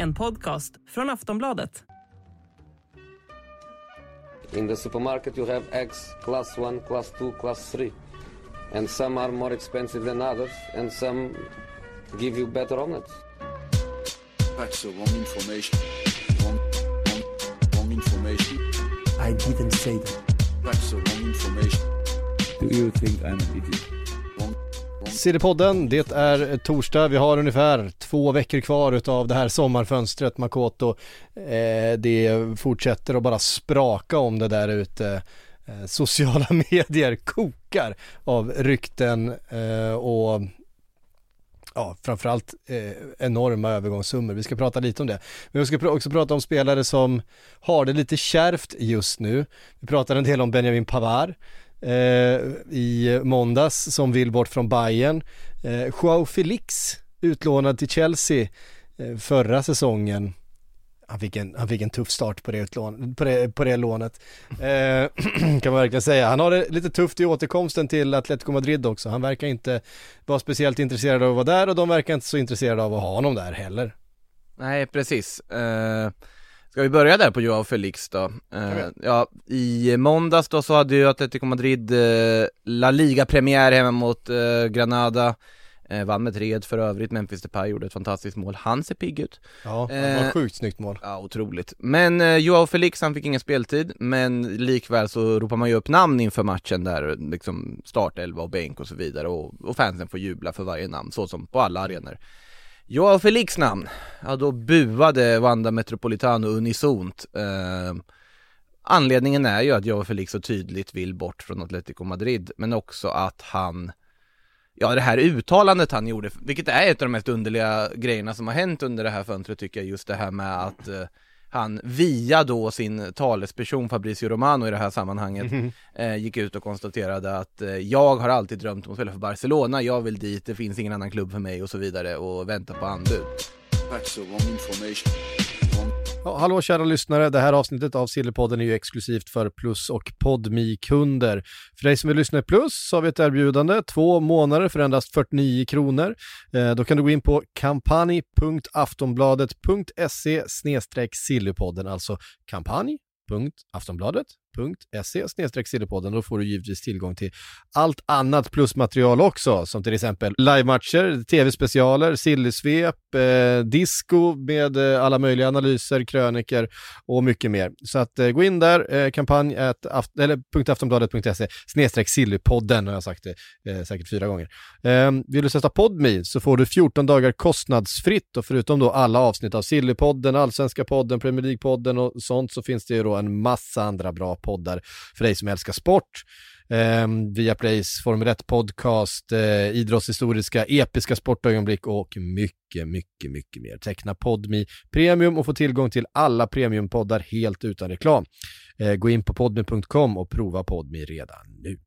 En podcast från Aftonbladet. In the supermarket you have eggs class 1, class 2, class 3. And some are more expensive than others and some give you better omelets. That's the wrong information. Wrong information. I didn't say that. That's the wrong information. Do you think I'm an idiot? Sillypodden, det är torsdag. Vi har ungefär 2 veckor kvar utav det här sommarfönstret, Makoto. Det fortsätter att bara spraka om det där ute. Sociala medier kokar av rykten och framförallt enorma övergångssummor. Vi ska prata lite om det. Men vi ska också prata om spelare som har det lite kärvt just nu. Vi pratar en del om Benjamin Pavard i måndags som vill bort från Bayern. Joao Felix utlånad till Chelsea förra säsongen. Han fick en tuff start på det lånet. Kan man verkligen säga. Han har det lite tufft i återkomsten till Atletico Madrid också. Han verkar inte vara speciellt intresserad av att vara där och de verkar inte så intresserade av att ha honom där heller. Nej, precis. Ska vi börja där på Joao Felix då? I måndags då så hade ju Atletico Madrid La Liga-premiär hemma mot Granada. Vann med 3-1 för övrigt. Memphis Depay gjorde ett fantastiskt mål. Han ser pigg ut. Ja, det var sjukt snyggt mål. Ja, otroligt. Men Joao Felix, han fick ingen speltid. Men likväl så ropar man ju upp namn inför matchen där. Liksom startelva och bänk och så vidare. Och fansen får jubla för varje namn. Så som på alla arenor. Joao Felix namn. Ja, då buade Wanda Metropolitano unisont. Anledningen är ju att Joao Felix så tydligt vill bort från Atletico Madrid. Men också att han... Ja, det här uttalandet han gjorde, vilket är ett av de mest underliga grejerna som har hänt under det här fönstret tycker jag, just det här med att han via då sin talesperson Fabrizio Romano i det här sammanhanget gick ut och konstaterade att jag har alltid drömt om att spela för Barcelona, jag vill dit, det finns ingen annan klubb för mig och så vidare och vänta på anbud. That's the wrong information. Ja, hallå kära lyssnare, det här avsnittet av Sillypodden är ju exklusivt för Plus och Podme-kunder. För dig som vill lyssna i Plus så har vi ett erbjudande, 2 månader för endast 49 kronor. Då kan du gå in på kampanj.aftonbladet.se/Sillypodden, alltså kampanj.aftonbladet.se/Sillypodden. Då får du givetvis tillgång till allt annat plusmaterial också, som till exempel livematcher, tv-specialer, sillysvep, disco med alla möjliga analyser, kröniker och mycket mer. Så att gå in där, kampanj.aftonbladet.se/Sillypodden, har jag sagt det säkert 4 gånger. Vill du sätta Podme så får du 14 dagar kostnadsfritt, och förutom då alla avsnitt av Sillypodden, Allsvenska podden, Premier League-podden och sånt, så finns det ju då en massa andra bra poddar för dig som älskar sport. Viaplays Formel 1 podcast, idrottshistoriska episka sportögonblick och mycket, mycket, mycket mer. Teckna Podme Premium och få tillgång till alla premiumpoddar helt utan reklam. Gå in på podme.com och prova Podme redan nu.